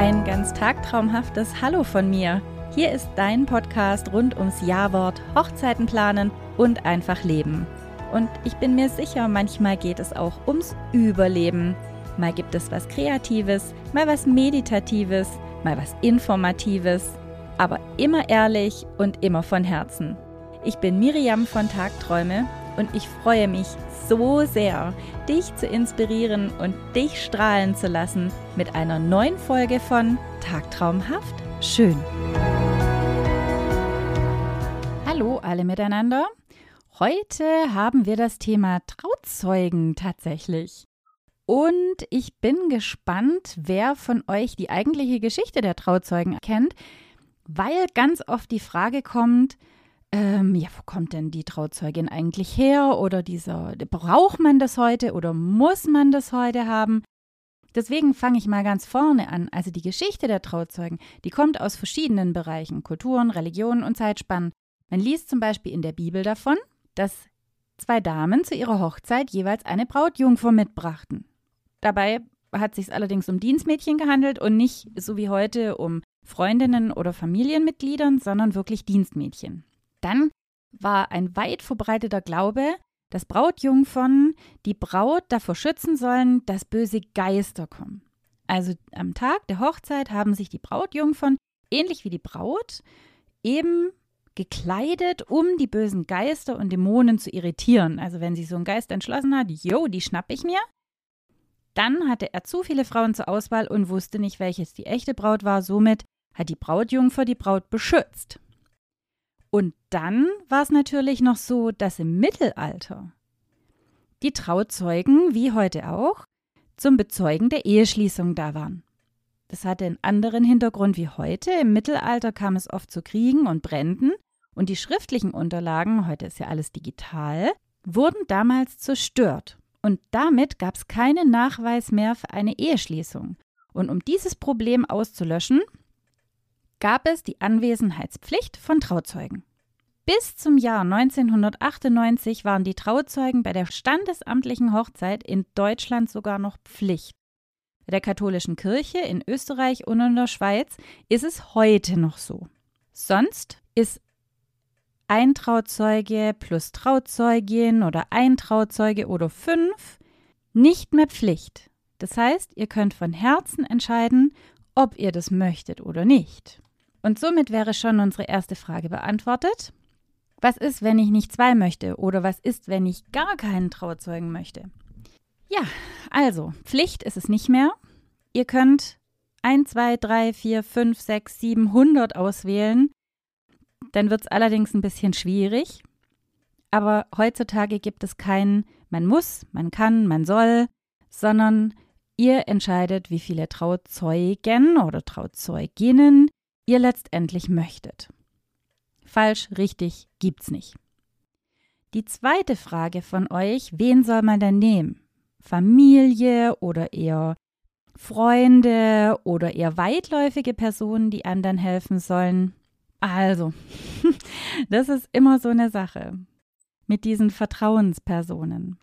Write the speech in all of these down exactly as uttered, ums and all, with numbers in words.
Ein ganz tagtraumhaftes Hallo von mir. Hier ist dein Podcast rund ums Ja-Wort, Hochzeiten planen und einfach leben. Und ich bin mir sicher, manchmal geht es auch ums Überleben. Mal gibt es was Kreatives, mal was Meditatives, mal was Informatives. Aber immer ehrlich und immer von Herzen. Ich bin Miriam von Tagträume und ich freue mich so sehr, dich zu inspirieren und dich strahlen zu lassen mit einer neuen Folge von Tagtraumhaft schön. Hallo alle miteinander. Heute haben wir das Thema Trauzeugen tatsächlich. Und ich bin gespannt, wer von euch die eigentliche Geschichte der Trauzeugen kennt, weil ganz oft die Frage kommt, ähm, ja, wo kommt denn die Trauzeugin eigentlich her? Oder dieser, braucht man das heute oder muss man das heute haben? Deswegen fange ich mal ganz vorne an. Also die Geschichte der Trauzeugen, die kommt aus verschiedenen Bereichen, Kulturen, Religionen und Zeitspannen. Man liest zum Beispiel in der Bibel davon, dass zwei Damen zu ihrer Hochzeit jeweils eine Brautjungfer mitbrachten. Dabei hat es sich allerdings um Dienstmädchen gehandelt und nicht so wie heute um Freundinnen oder Familienmitgliedern, sondern wirklich Dienstmädchen. Dann war ein weit verbreiteter Glaube, dass Brautjungfern die Braut davor schützen sollen, dass böse Geister kommen. Also am Tag der Hochzeit haben sich die Brautjungfern, ähnlich wie die Braut, eben gekleidet, um die bösen Geister und Dämonen zu irritieren. Also wenn sich so ein Geist entschlossen hat, jo, die schnapp ich mir, dann hatte er zu viele Frauen zur Auswahl und wusste nicht, welches die echte Braut war. Somit hat die Brautjungfer die Braut beschützt. Und dann war es natürlich noch so, dass im Mittelalter die Trauzeugen, wie heute auch, zum Bezeugen der Eheschließung da waren. Das hatte einen anderen Hintergrund wie heute. Im Mittelalter kam es oft zu Kriegen und Bränden und die schriftlichen Unterlagen, heute ist ja alles digital, wurden damals zerstört. Und damit gab es keinen Nachweis mehr für eine Eheschließung. Und um dieses Problem auszulöschen, gab es die Anwesenheitspflicht von Trauzeugen. Bis zum Jahr neunzehnhundertachtundneunzig waren die Trauzeugen bei der standesamtlichen Hochzeit in Deutschland sogar noch Pflicht. Bei der katholischen Kirche in Österreich und in der Schweiz ist es heute noch so. Sonst ist ein Trauzeuge plus Trauzeugin oder ein Trauzeuge oder fünf nicht mehr Pflicht. Das heißt, ihr könnt von Herzen entscheiden, ob ihr das möchtet oder nicht. Und somit wäre schon unsere erste Frage beantwortet. Was ist, wenn ich nicht zwei möchte? Oder was ist, wenn ich gar keinen Trauzeugen möchte? Ja, also, Pflicht ist es nicht mehr. Ihr könnt eins, zwei, drei, vier, fünf, sechs, sieben, hundert auswählen. Dann wird es allerdings ein bisschen schwierig. Aber heutzutage gibt es kein man muss, man kann, man soll, sondern ihr entscheidet, wie viele Trauzeugen oder Trauzeuginnen ihr letztendlich möchtet. Falsch, richtig, gibt's nicht. Die zweite Frage von euch, wen soll man denn nehmen? Familie oder eher Freunde oder eher weitläufige Personen, die einem dann helfen sollen? Also, das ist immer so eine Sache mit diesen Vertrauenspersonen.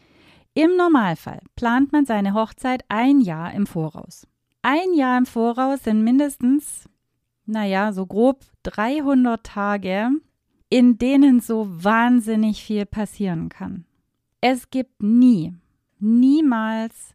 Im Normalfall plant man seine Hochzeit ein Jahr im Voraus. Ein Jahr im Voraus sind mindestens, naja, so grob dreihundert Tage, in denen so wahnsinnig viel passieren kann. Es gibt nie, niemals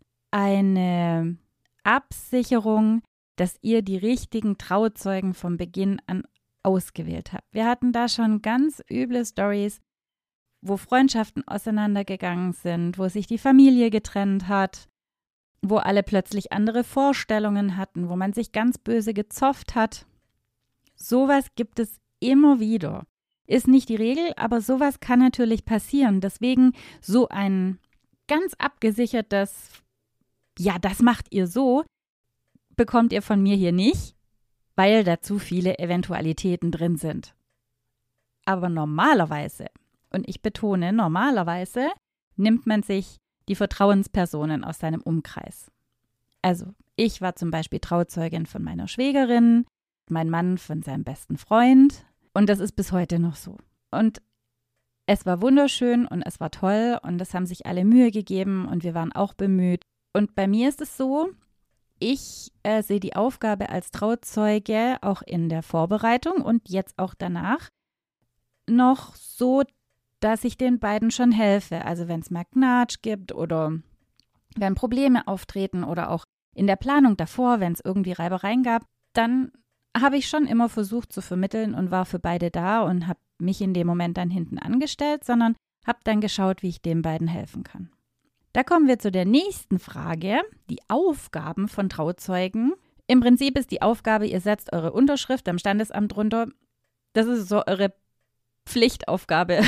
eine Absicherung, dass ihr die richtigen Trauzeugen von Beginn an ausgewählt habt. Wir hatten da schon ganz üble Storys, wo Freundschaften auseinandergegangen sind, wo sich die Familie getrennt hat, wo alle plötzlich andere Vorstellungen hatten, wo man sich ganz böse gezofft hat. Sowas gibt es immer wieder. Ist nicht die Regel, aber sowas kann natürlich passieren. Deswegen so ein ganz abgesichertes, ja, das macht ihr so, bekommt ihr von mir hier nicht, weil da zu viele Eventualitäten drin sind. Aber normalerweise, und ich betone normalerweise, nimmt man sich die Vertrauenspersonen aus seinem Umkreis. Also ich war zum Beispiel Trauzeugin von meiner Schwägerin, mein Mann von seinem besten Freund und das ist bis heute noch so. Und es war wunderschön und es war toll und es haben sich alle Mühe gegeben und wir waren auch bemüht. Und bei mir ist es so, ich äh, sehe die Aufgabe als Trauzeuge auch in der Vorbereitung und jetzt auch danach noch so, dass ich den beiden schon helfe. Also wenn es mal Knatsch gibt oder wenn Probleme auftreten oder auch in der Planung davor, wenn es irgendwie Reibereien gab, dann habe ich schon immer versucht zu vermitteln und war für beide da und habe mich in dem Moment dann hinten angestellt, sondern habe dann geschaut, wie ich den beiden helfen kann. Da kommen wir zu der nächsten Frage, die Aufgaben von Trauzeugen. Im Prinzip ist die Aufgabe, ihr setzt eure Unterschrift am Standesamt drunter. Das ist so eure Pflichtaufgabe.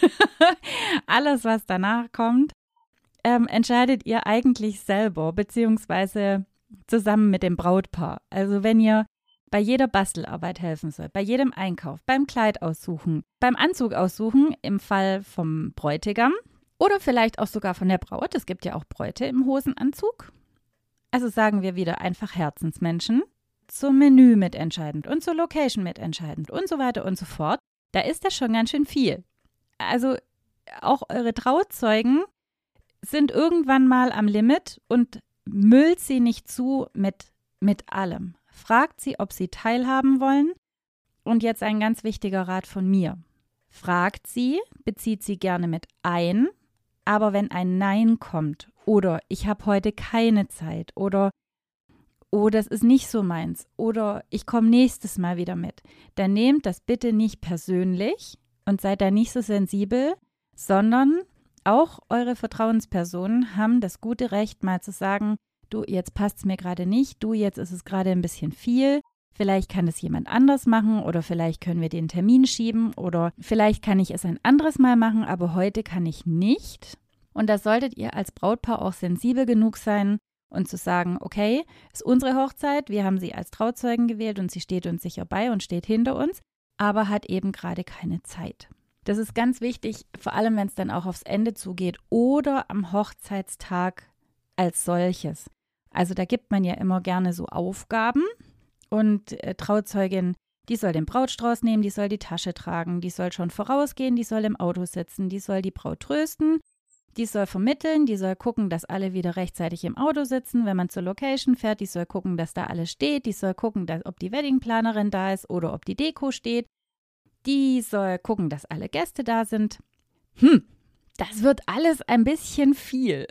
Alles, was danach kommt, ähm, entscheidet ihr eigentlich selber, beziehungsweise zusammen mit dem Brautpaar. Also wenn ihr bei jeder Bastelarbeit helfen sollt, bei jedem Einkauf, beim Kleid aussuchen, beim Anzug aussuchen, im Fall vom Bräutigam oder vielleicht auch sogar von der Braut. Es gibt ja auch Bräute im Hosenanzug. Also sagen wir wieder einfach Herzensmenschen. Zum Menü mitentscheidend und zur Location mitentscheidend und so weiter und so fort. Da ist das schon ganz schön viel. Also auch eure Trauzeugen sind irgendwann mal am Limit und müllt sie nicht zu mit, mit allem. Fragt sie, ob sie teilhaben wollen. Und jetzt ein ganz wichtiger Rat von mir. Fragt sie, bezieht sie gerne mit ein, aber wenn ein Nein kommt oder ich habe heute keine Zeit oder oh, das ist nicht so meins oder ich komme nächstes Mal wieder mit, dann nehmt das bitte nicht persönlich und seid da nicht so sensibel, sondern auch eure Vertrauenspersonen haben das gute Recht, mal zu sagen, du, jetzt passt es mir gerade nicht, du, jetzt ist es gerade ein bisschen viel, vielleicht kann es jemand anders machen oder vielleicht können wir den Termin schieben oder vielleicht kann ich es ein anderes Mal machen, aber heute kann ich nicht. Und da solltet ihr als Brautpaar auch sensibel genug sein und zu sagen, okay, ist unsere Hochzeit, wir haben sie als Trauzeugen gewählt und sie steht uns sicher bei und steht hinter uns, aber hat eben gerade keine Zeit. Das ist ganz wichtig, vor allem wenn es dann auch aufs Ende zugeht oder am Hochzeitstag als solches. Also da gibt man ja immer gerne so Aufgaben und äh, Trauzeugin, die soll den Brautstrauß nehmen, die soll die Tasche tragen, die soll schon vorausgehen, die soll im Auto sitzen, die soll die Braut trösten, die soll vermitteln, die soll gucken, dass alle wieder rechtzeitig im Auto sitzen, wenn man zur Location fährt, die soll gucken, dass da alles steht, die soll gucken, dass, ob die Weddingplanerin da ist oder ob die Deko steht, die soll gucken, dass alle Gäste da sind. Hm, das wird alles ein bisschen viel.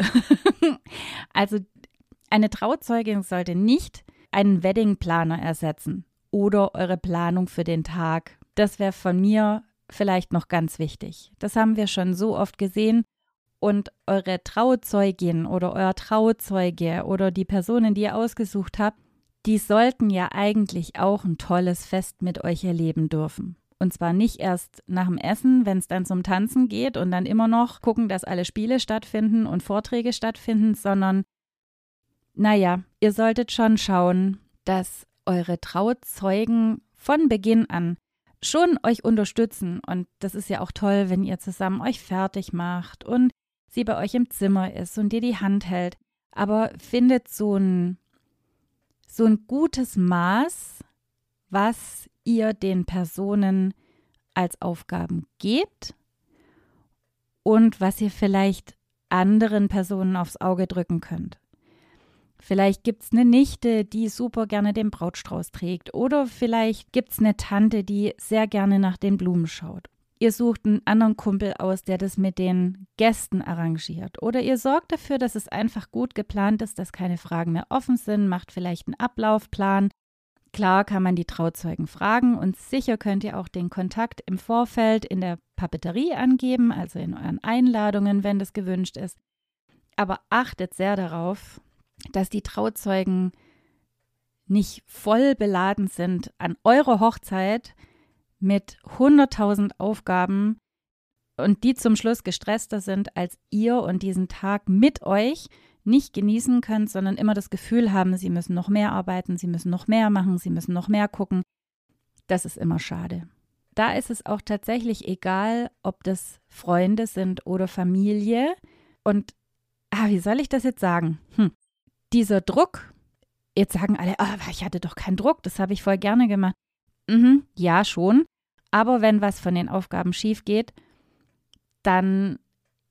Also eine Trauzeugin sollte nicht einen Weddingplaner ersetzen oder eure Planung für den Tag. Das wäre von mir vielleicht noch ganz wichtig. Das haben wir schon so oft gesehen. Und eure Trauzeugin oder euer Trauzeuge oder die Personen, die ihr ausgesucht habt, die sollten ja eigentlich auch ein tolles Fest mit euch erleben dürfen. Und zwar nicht erst nach dem Essen, wenn es dann zum Tanzen geht und dann immer noch gucken, dass alle Spiele stattfinden und Vorträge stattfinden, sondern, naja, ihr solltet schon schauen, dass eure Trauzeugen von Beginn an schon euch unterstützen. Und das ist ja auch toll, wenn ihr zusammen euch fertig macht und sie bei euch im Zimmer ist und dir die Hand hält. Aber findet so ein, so ein gutes Maß, was ihr den Personen als Aufgaben gebt und was ihr vielleicht anderen Personen aufs Auge drücken könnt. Vielleicht gibt es eine Nichte, die super gerne den Brautstrauß trägt oder vielleicht gibt es eine Tante, die sehr gerne nach den Blumen schaut. Ihr sucht einen anderen Kumpel aus, der das mit den Gästen arrangiert. Oder ihr sorgt dafür, dass es einfach gut geplant ist, dass keine Fragen mehr offen sind, macht vielleicht einen Ablaufplan. Klar kann man die Trauzeugen fragen und sicher könnt ihr auch den Kontakt im Vorfeld in der Papeterie angeben, also in euren Einladungen, wenn das gewünscht ist. Aber achtet sehr darauf, dass die Trauzeugen nicht voll beladen sind an eurer Hochzeit mit hunderttausend Aufgaben und die zum Schluss gestresster sind als ihr und diesen Tag mit euch nicht genießen könnt, sondern immer das Gefühl haben, sie müssen noch mehr arbeiten, sie müssen noch mehr machen, sie müssen noch mehr gucken. Das ist immer schade. Da ist es auch tatsächlich egal, ob das Freunde sind oder Familie. Und ah, wie soll ich das jetzt sagen? Hm. Dieser Druck, jetzt sagen alle, oh, ich hatte doch keinen Druck, das habe ich voll gerne gemacht. Mhm, ja, schon. Aber wenn was von den Aufgaben schief geht, dann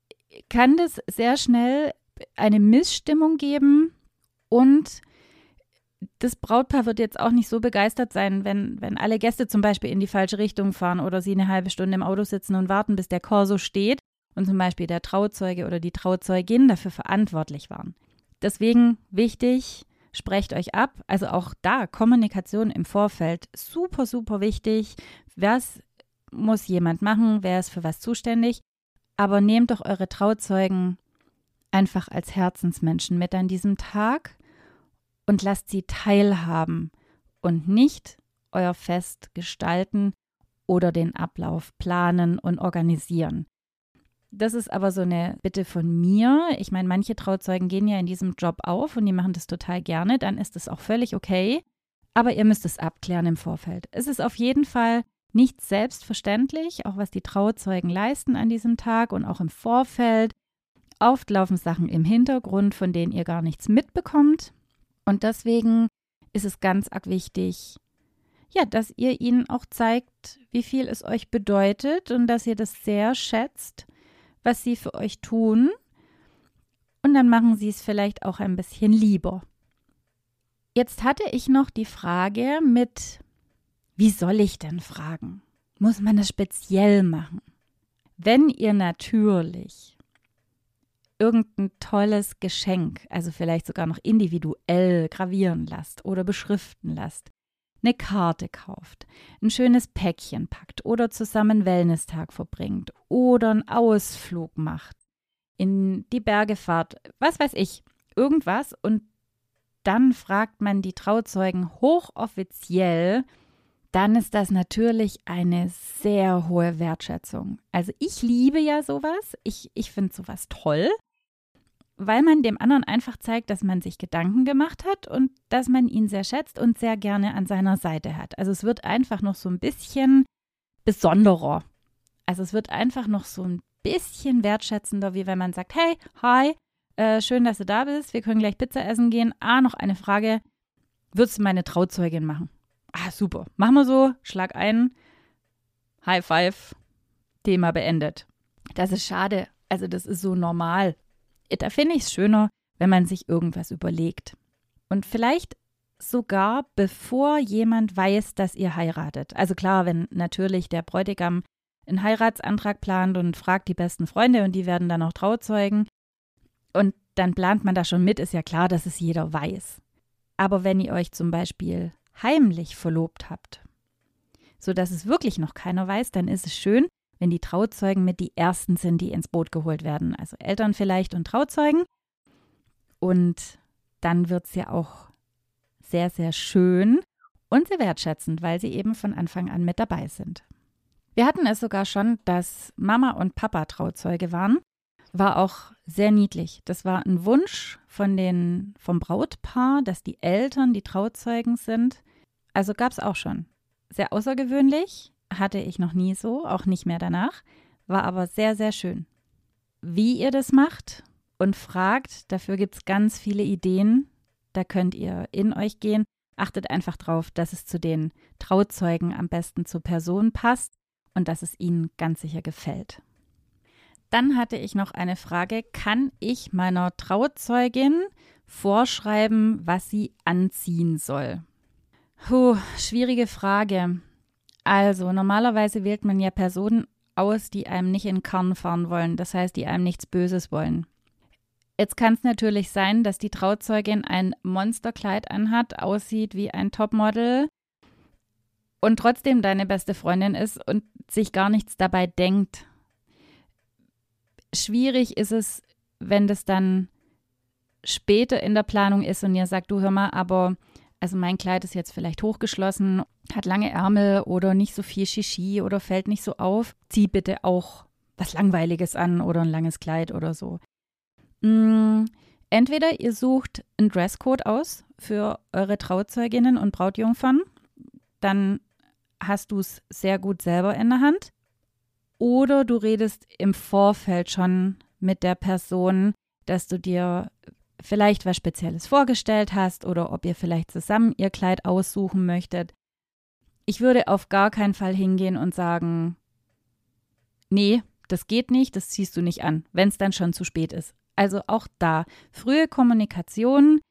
kann das sehr schnell eine Missstimmung geben und das Brautpaar wird jetzt auch nicht so begeistert sein, wenn, wenn alle Gäste zum Beispiel in die falsche Richtung fahren oder sie eine halbe Stunde im Auto sitzen und warten, bis der Korso steht und zum Beispiel der Trauzeuge oder die Trauzeugin dafür verantwortlich waren. Deswegen wichtig, sprecht euch ab. Also auch da Kommunikation im Vorfeld super, super wichtig. Was muss jemand machen? Wer ist für was zuständig? Aber nehmt doch eure Trauzeugen einfach als Herzensmenschen mit an diesem Tag und lasst sie teilhaben und nicht euer Fest gestalten oder den Ablauf planen und organisieren. Das ist aber so eine Bitte von mir. Ich meine, manche Trauzeugen gehen ja in diesem Job auf und die machen das total gerne. Dann ist es auch völlig okay. Aber ihr müsst es abklären im Vorfeld. Es ist auf jeden Fall nicht selbstverständlich, auch was die Trauzeugen leisten an diesem Tag und auch im Vorfeld. Oft laufen Sachen im Hintergrund, von denen ihr gar nichts mitbekommt. Und deswegen ist es ganz arg wichtig, ja, dass ihr ihnen auch zeigt, wie viel es euch bedeutet und dass ihr das sehr schätzt, was sie für euch tun. Und dann machen sie es vielleicht auch ein bisschen lieber. Jetzt hatte ich noch die Frage mit, wie soll ich denn fragen? Muss man das speziell machen? Wenn ihr natürlich irgendein tolles Geschenk, also vielleicht sogar noch individuell gravieren lasst oder beschriften lasst, eine Karte kauft, ein schönes Päckchen packt oder zusammen einen Wellness-Tag verbringt oder einen Ausflug macht, in die Berge fahrt, was weiß ich, irgendwas und dann fragt man die Trauzeugen hochoffiziell, dann ist das natürlich eine sehr hohe Wertschätzung. Also ich liebe ja sowas, ich, ich finde sowas toll, weil man dem anderen einfach zeigt, dass man sich Gedanken gemacht hat und dass man ihn sehr schätzt und sehr gerne an seiner Seite hat. Also es wird einfach noch so ein bisschen besonderer. Also es wird einfach noch so ein bisschen wertschätzender, wie wenn man sagt, hey, hi, äh, schön, dass du da bist, wir können gleich Pizza essen gehen. Ah, noch eine Frage, würdest du meine Trauzeugin machen? Ah, super, machen wir so, schlag ein, High Five, Thema beendet. Das ist schade, also das ist so normal. Da finde ich es schöner, wenn man sich irgendwas überlegt. Und vielleicht sogar, bevor jemand weiß, dass ihr heiratet. Also klar, wenn natürlich der Bräutigam einen Heiratsantrag plant und fragt die besten Freunde und die werden dann auch Trauzeugen. Und dann plant man da schon mit, ist ja klar, dass es jeder weiß. Aber wenn ihr euch zum Beispiel heimlich verlobt habt, sodass es wirklich noch keiner weiß, dann ist es schön, wenn die Trauzeugen mit die Ersten sind, die ins Boot geholt werden. Also Eltern vielleicht und Trauzeugen. Und dann wird es ja auch sehr, sehr schön und sehr wertschätzend, weil sie eben von Anfang an mit dabei sind. Wir hatten es sogar schon, dass Mama und Papa Trauzeuge waren. War auch sehr niedlich. Das war ein Wunsch von den, vom Brautpaar, dass die Eltern die Trauzeugen sind. Also gab es auch schon. Sehr außergewöhnlich. Hatte ich noch nie so, auch nicht mehr danach, war aber sehr, sehr schön. Wie ihr das macht und fragt, dafür gibt es ganz viele Ideen, da könnt ihr in euch gehen. Achtet einfach drauf, dass es zu den Trauzeugen am besten zur Person passt und dass es ihnen ganz sicher gefällt. Dann hatte ich noch eine Frage, kann ich meiner Trauzeugin vorschreiben, was sie anziehen soll? Puh, schwierige Frage. Also, normalerweise wählt man ja Personen aus, die einem nicht in den Karren fahren wollen, das heißt, die einem nichts Böses wollen. Jetzt kann es natürlich sein, dass die Trauzeugin ein Monsterkleid anhat, aussieht wie ein Topmodel und trotzdem deine beste Freundin ist und sich gar nichts dabei denkt. Schwierig ist es, wenn das dann später in der Planung ist und ihr sagt, du hör mal, aber also mein Kleid ist jetzt vielleicht hochgeschlossen, hat lange Ärmel oder nicht so viel Shishi oder fällt nicht so auf. Zieh bitte auch was Langweiliges an oder ein langes Kleid oder so. Mm, entweder ihr sucht einen Dresscode aus für eure Trauzeuginnen und Brautjungfern, dann hast du es sehr gut selber in der Hand. Oder du redest im Vorfeld schon mit der Person, dass du dir vielleicht was Spezielles vorgestellt hast oder ob ihr vielleicht zusammen ihr Kleid aussuchen möchtet. Ich würde auf gar keinen Fall hingehen und sagen, nee, das geht nicht, das ziehst du nicht an, wenn es dann schon zu spät ist. Also auch da, frühe Kommunikation,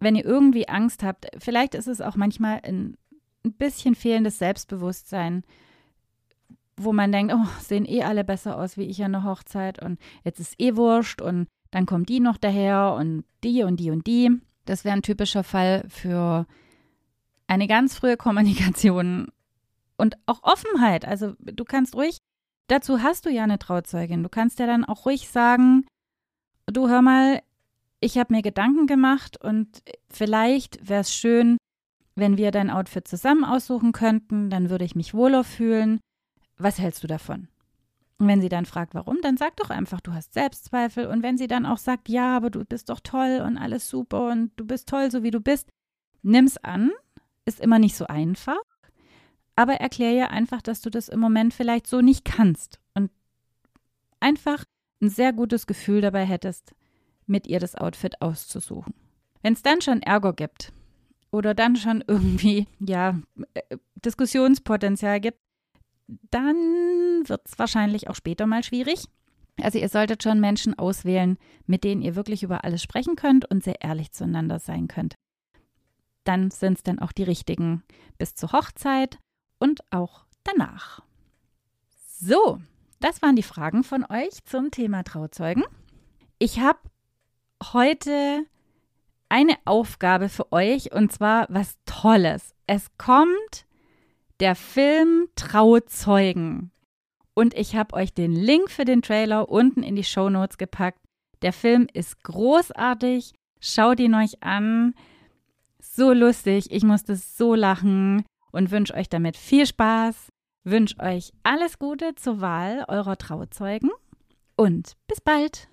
wenn ihr irgendwie Angst habt, vielleicht ist es auch manchmal ein, ein bisschen fehlendes Selbstbewusstsein, wo man denkt, oh, sehen eh alle besser aus wie ich an der Hochzeit und jetzt ist eh wurscht und dann kommen die noch daher und die und die und die. Das wäre ein typischer Fall für eine ganz frühe Kommunikation und auch Offenheit. Also du kannst ruhig, dazu hast du ja eine Trauzeugin, du kannst ja dann auch ruhig sagen, du hör mal, ich habe mir Gedanken gemacht und vielleicht wäre es schön, wenn wir dein Outfit zusammen aussuchen könnten, dann würde ich mich wohler fühlen. Was hältst du davon? Und wenn sie dann fragt, warum, dann sag doch einfach, du hast Selbstzweifel. Und wenn sie dann auch sagt, ja, aber du bist doch toll und alles super und du bist toll, so wie du bist, nimm's an. Ist immer nicht so einfach. Aber erklär ihr einfach, dass du das im Moment vielleicht so nicht kannst. Und einfach ein sehr gutes Gefühl dabei hättest, mit ihr das Outfit auszusuchen. Wenn es dann schon Ärger gibt oder dann schon irgendwie, ja, Diskussionspotenzial gibt, dann wird es wahrscheinlich auch später mal schwierig. Also ihr solltet schon Menschen auswählen, mit denen ihr wirklich über alles sprechen könnt und sehr ehrlich zueinander sein könnt. Dann sind es dann auch die richtigen bis zur Hochzeit und auch danach. So, das waren die Fragen von euch zum Thema Trauzeugen. Ich habe heute eine Aufgabe für euch und zwar was Tolles. Es kommt der Film Trauzeugen. Und ich habe euch den Link für den Trailer unten in die Shownotes gepackt. Der Film ist großartig. Schaut ihn euch an. So lustig. Ich musste so lachen und wünsche euch damit viel Spaß. Wünsche euch alles Gute zur Wahl eurer Trauzeugen. Und bis bald.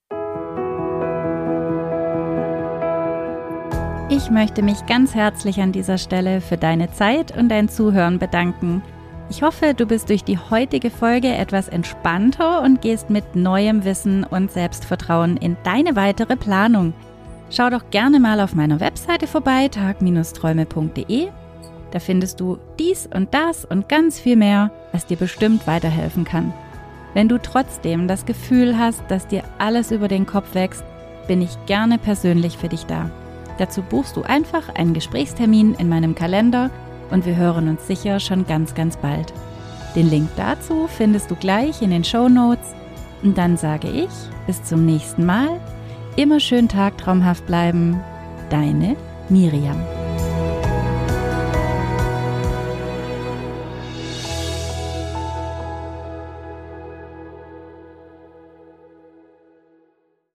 Ich möchte mich ganz herzlich an dieser Stelle für deine Zeit und dein Zuhören bedanken. Ich hoffe, du bist durch die heutige Folge etwas entspannter und gehst mit neuem Wissen und Selbstvertrauen in deine weitere Planung. Schau doch gerne mal auf meiner Webseite vorbei, tag Bindestrich träume punkt de. Da findest du dies und das und ganz viel mehr, was dir bestimmt weiterhelfen kann. Wenn du trotzdem das Gefühl hast, dass dir alles über den Kopf wächst, bin ich gerne persönlich für dich da. Dazu buchst du einfach einen Gesprächstermin in meinem Kalender und wir hören uns sicher schon ganz, ganz bald. Den Link dazu findest du gleich in den Shownotes. Und dann sage ich, bis zum nächsten Mal. Immer schön tagtraumhaft bleiben. Deine Miriam.